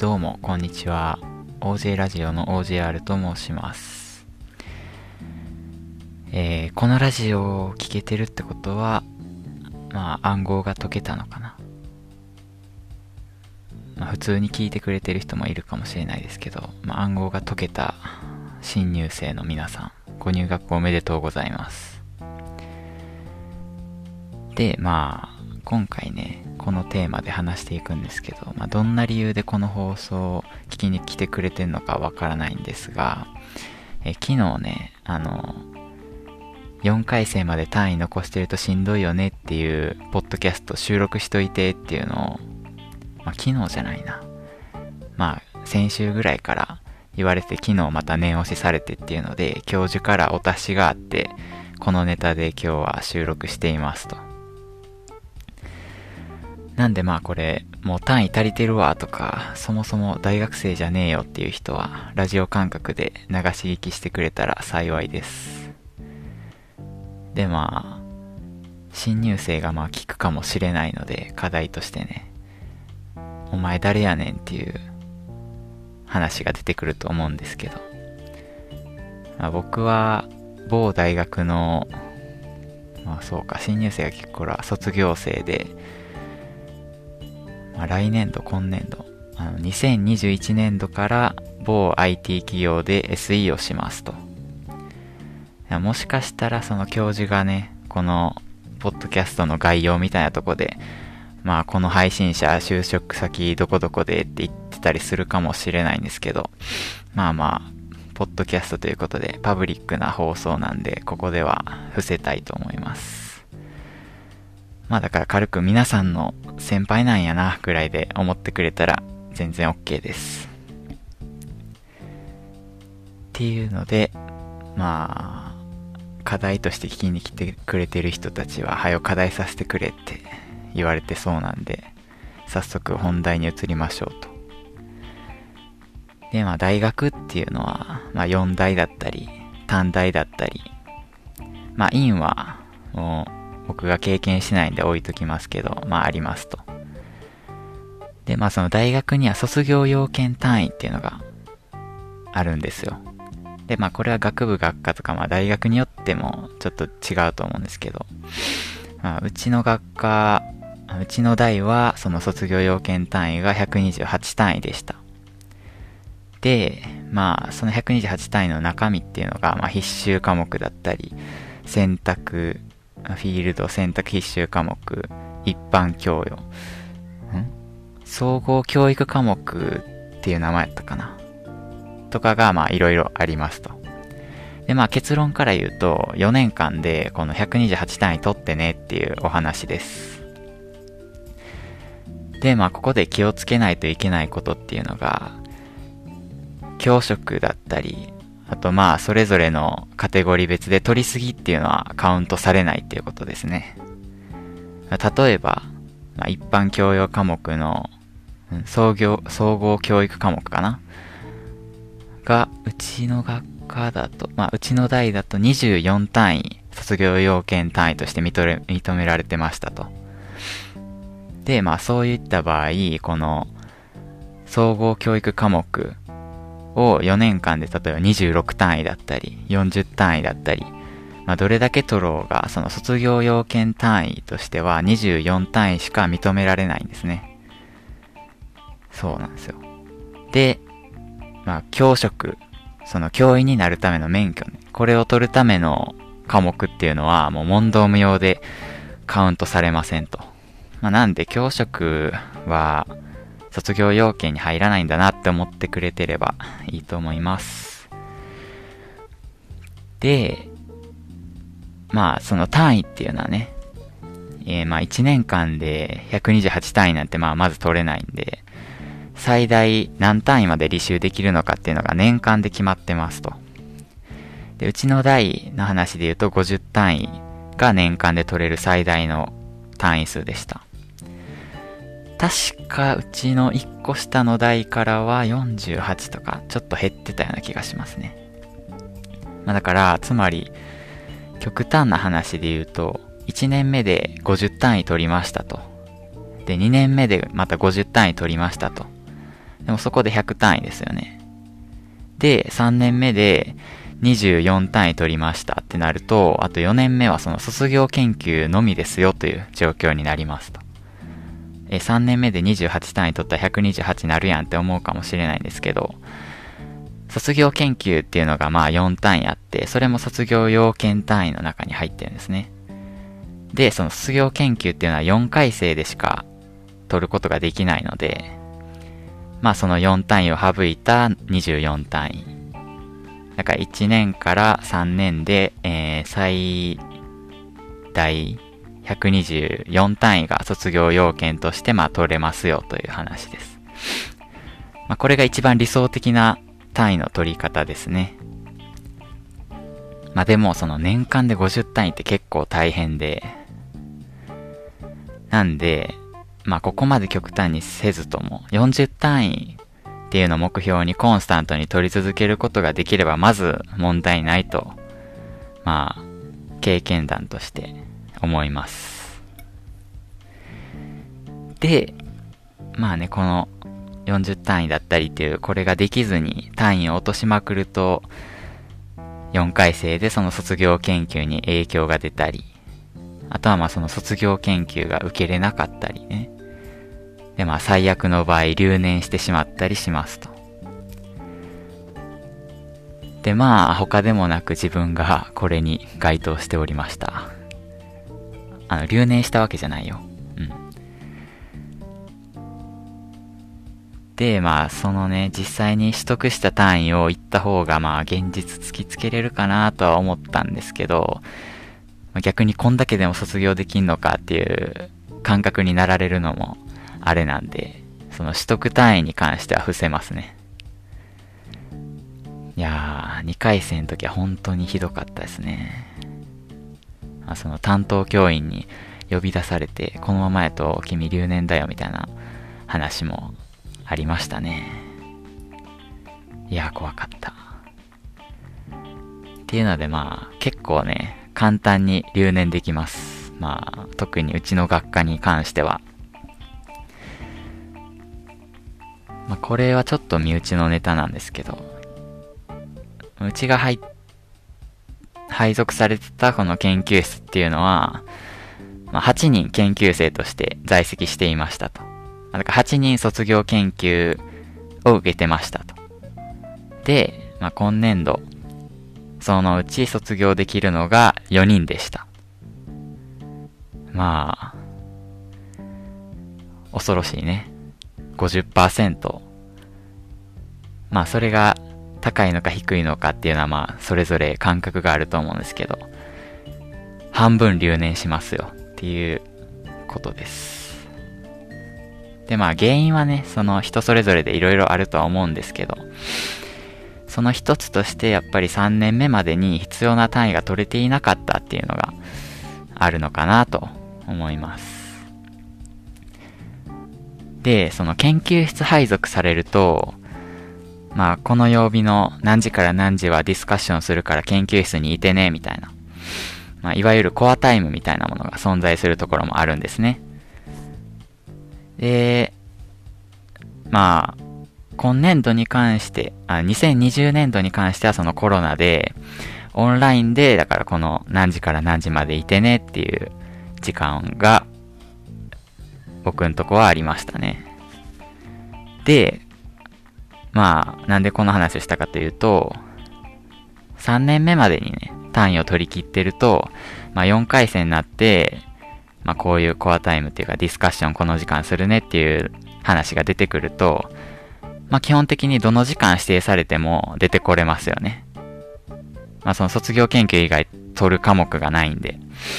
どうもこんにちは。 OJ ラジオの OJR と申します。このラジオを聞けてるってことは暗号が解けたのかな。普通に聞いてくれてる人もいるかもしれないですけど、暗号が解けた新入生の皆さん、ご入学おめでとうございます。で今回ね、このテーマで話していくんですけど、どんな理由でこの放送を聞きに来てくれてるのかわからないんですが、昨日ね、4回生まで単位残してるとしんどいよねっていうポッドキャスト収録しといてっていうのを、昨日じゃないな、先週ぐらいから言われて、昨日また念押しされてっていうので、教授からお達しがあって、このネタで今日は収録していますと。なんでこれもう単位足りてるわとか、そもそも大学生じゃねえよっていう人はラジオ感覚で流し聞きしてくれたら幸いです。で新入生が聞くかもしれないので、課題としてね、お前誰やねんっていう話が出てくると思うんですけど、僕は某大学の新入生が結構卒業生で、来年度今年度2021年度から某 IT 企業で SE をしますと。もしかしたらその教授がね、このポッドキャストの概要みたいなとこでこの配信者就職先どこどこでって言ってたりするかもしれないんですけど、ポッドキャストということでパブリックな放送なんで、ここでは伏せたいと思います。だから軽く皆さんの先輩なんやなぐらいで思ってくれたら全然 OK です。っていうので、課題として聞きに来てくれてる人たちは早く課題させてくれって言われてそうなんで、早速本題に移りましょうと。で大学っていうのは4大だったり短大だったり、院はもう僕が経験しないんで置いときますけど、ありますと。でその大学には卒業要件単位っていうのがあるんですよ。でこれは学部学科とか大学によってもちょっと違うと思うんですけど、うちの学科、うちの代はその卒業要件単位が128単位でした。でその128単位の中身っていうのが必修科目だったり、選択フィールド選択必修科目、一般教養、総合教育科目っていう名前やったかなとかがいろいろありますと。で結論から言うと、4年間でこの128単位取ってねっていうお話です。でここで気をつけないといけないことっていうのが、教職だったり、あとそれぞれのカテゴリー別で取りすぎっていうのはカウントされないっていうことですね。例えば、一般教養科目の総合教育科目かなが、うちの学科だと、うちの代だと24単位卒業要件単位として認められてましたと。でそういった場合、この総合教育科目を4年間で例えば26単位だったり40単位だったり、どれだけ取ろうが、その卒業要件単位としては24単位しか認められないんですね。そうなんですよ。で教職、その教員になるための免許ね、これを取るための科目っていうのはもう問答無用でカウントされませんと。なんで教職は卒業要件に入らないんだなって思ってくれてればいいと思います。でその単位っていうのはね、1年間で128単位なんてまず取れないんで、最大何単位まで履修できるのかっていうのが年間で決まってますと。でうちの代の話で言うと50単位が年間で取れる最大の単位数でした。確かうちの1個下の代からは48とかちょっと減ってたような気がしますね。だからつまり極端な話で言うと、1年目で50単位取りましたと。で2年目でまた50単位取りましたと。 でもそこで100単位ですよね。で、3年目で24単位取りましたってなると、あと4年目はその卒業研究のみですよという状況になりますと。3年目で28単位取ったら128になるやんって思うかもしれないんですけど、卒業研究っていうのがまあ4単位あって、それも卒業要件単位の中に入ってるんですね。で、その卒業研究っていうのは4回生でしか取ることができないので、まあその4単位を省いた24単位。だから1年から3年で、最大124単位が卒業要件としてまあ取れますよという話です。まあこれが一番理想的な単位の取り方ですね。まあでもその年間で50単位って結構大変で、なんで、まあここまで極端にせずとも40単位っていうのを目標にコンスタントに取り続けることができればまず問題ないと、まあ経験談として思います。で、まあね、この40単位だったりっていうこれができずに単位を落としまくると4回生でその卒業研究に影響が出たり、あとはまあその卒業研究が受けれなかったりね。でまあ最悪の場合留年してしまったりしますと。でまあ他でもなく自分がこれに該当しておりました。留年したわけじゃないよ。でまあそのね実際に取得した単位を言った方がまあ現実突きつけれるかなとは思ったんですけど、逆にこんだけでも卒業できんのかっていう感覚になられるのもあれなんで、その取得単位に関しては伏せますね。いやー、2回生の時は本当にひどかったですね。その担当教員に呼び出されて、このままやと君留年だよみたいな話もありましたね。いやー、怖かった。っていうのでまあ結構ね、簡単に留年できます。まあ特にうちの学科に関しては。まあこれはちょっと身内のネタなんですけど、うちが配属されてたこの研究室っていうのは、まあ、8人研究生として在籍していましたと。だから8人卒業研究を受けてましたと。で、まあ、今年度そのうち卒業できるのが4人でした。まあ恐ろしいね。50%。まあそれが高いのか低いのかっていうのはまあそれぞれ感覚があると思うんですけど、半分留年しますよっていうことです。でまあ原因はね、その人それぞれでいろいろあるとは思うんですけど、その一つとしてやっぱり3年目までに必要な単位が取れていなかったっていうのがあるのかなと思います。で、その研究室配属されると、まあこの曜日の何時から何時はディスカッションするから研究室にいてねみたいな、まあいわゆるコアタイムみたいなものが存在するところもあるんですね。で、まあ今年度に関して、2020年度に関してはそのコロナでオンラインでだからこの何時から何時までいてねっていう時間が僕んとこはありましたね。で、まあなんでこの話をしたかというと、3年目までにね単位を取り切ってると、まあ4回生になって、まあこういうコアタイムっていうかディスカッションこの時間するねっていう話が出てくると、まあ基本的にどの時間指定されても出てこれますよね。まあその卒業研究以外取る科目がないんで。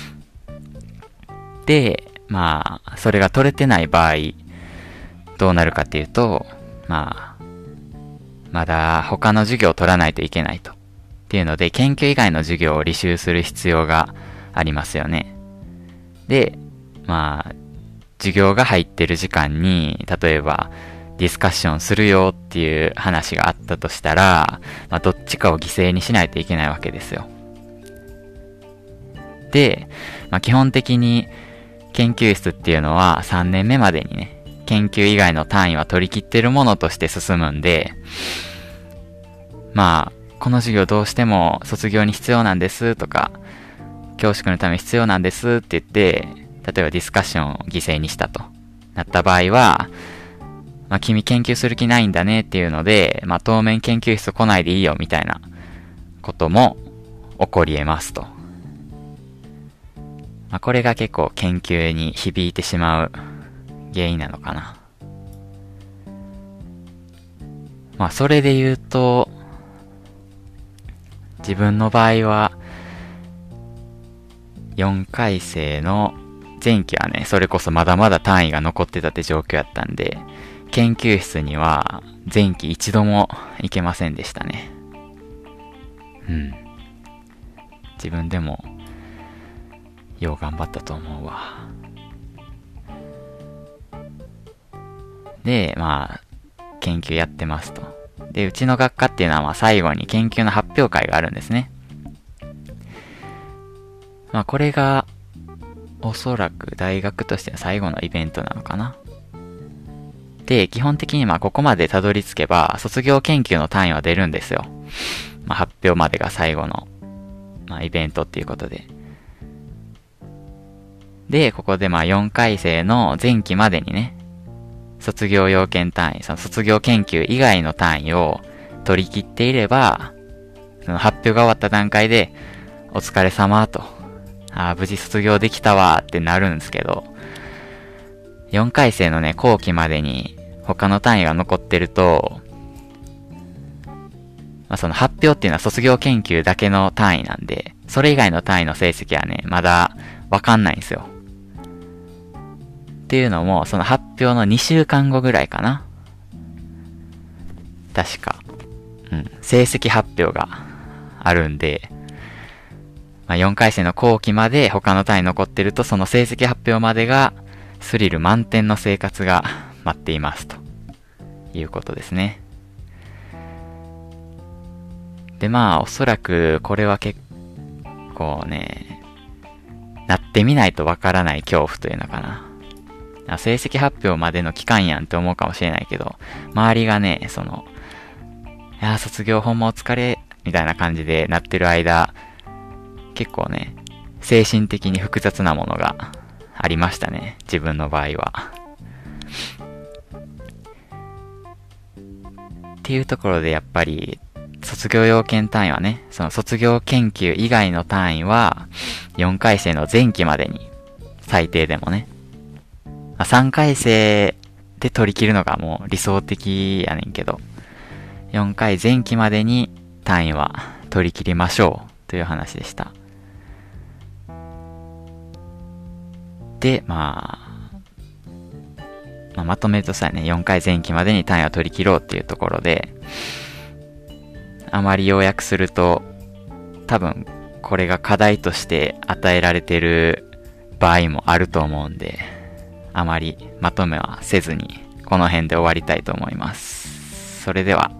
で、まあそれが取れてない場合どうなるかっていうと、まあまだ他の授業を取らないといけないと。っていうので研究以外の授業を履修する必要がありますよね。で、まあ授業が入ってる時間に例えばディスカッションするよっていう話があったとしたら、まあ、どっちかを犠牲にしないといけないわけですよ。で、まあ、基本的に研究室っていうのは3年目までにね、 研究以外の単位は取り切ってるものとして進むんで、まあ、この授業どうしても卒業に必要なんですとか、教職のため必要なんですって言って、例えばディスカッションを犠牲にしたとなった場合は、まあ君研究する気ないんだねっていうので、まあ当面研究室来ないでいいよみたいなことも起こり得ますと。まあこれが結構研究に響いてしまう原因なのかな。まあそれで言うと、自分の場合は、4回生の前期はね、それこそまだまだ単位が残ってたって状況やったんで、研究室には前期一度も行けませんでしたね。自分でも、よう頑張ったと思うわ。で、まあ、研究やってますと。で、うちの学科っていうのはまあ最後に研究の発表会があるんですね。まあこれがおそらく大学としての最後のイベントなのかな。で、基本的にまあここまでたどり着けば卒業研究の単位は出るんですよ。まあ発表までが最後の、まあ、イベントっていうことで。で、ここでまあ4回生の前期までにね、卒業要件単位、その卒業研究以外の単位を取り切っていれば、その発表が終わった段階で、お疲れ様と、無事卒業できたわってなるんですけど、4回生のね、後期までに他の単位が残ってると、まあ、その発表っていうのは卒業研究だけの単位なんで、それ以外の単位の成績はね、まだわかんないんですよ。っていうのも、その発表の2週間後ぐらいかな。確か。成績発表があるんで、まあ、4回生の後期まで他の単位残ってると、その成績発表までがスリル満点の生活が待っていますということですね。で、まあ、おそらくこれは結構ね、なってみないとわからない恐怖というのかな。成績発表までの期間やんって思うかもしれないけど、周りがね、いや、卒業ほんまお疲れ、みたいな感じでなってる間、結構ね、精神的に複雑なものがありましたね。自分の場合は。っていうところでやっぱり、卒業要件単位はね、その卒業研究以外の単位は、4回生の前期までに、最低でもね、3回生で取り切るのがもう理想的やねんけど、4回前期までに単位は取り切りましょうという話でした。で、まとめるとさね、4回前期までに単位を取り切ろうっていうところで、あまり要約すると、多分これが課題として与えられてる場合もあると思うんで、あまりまとめはせずに、この辺で終わりたいと思います。それでは。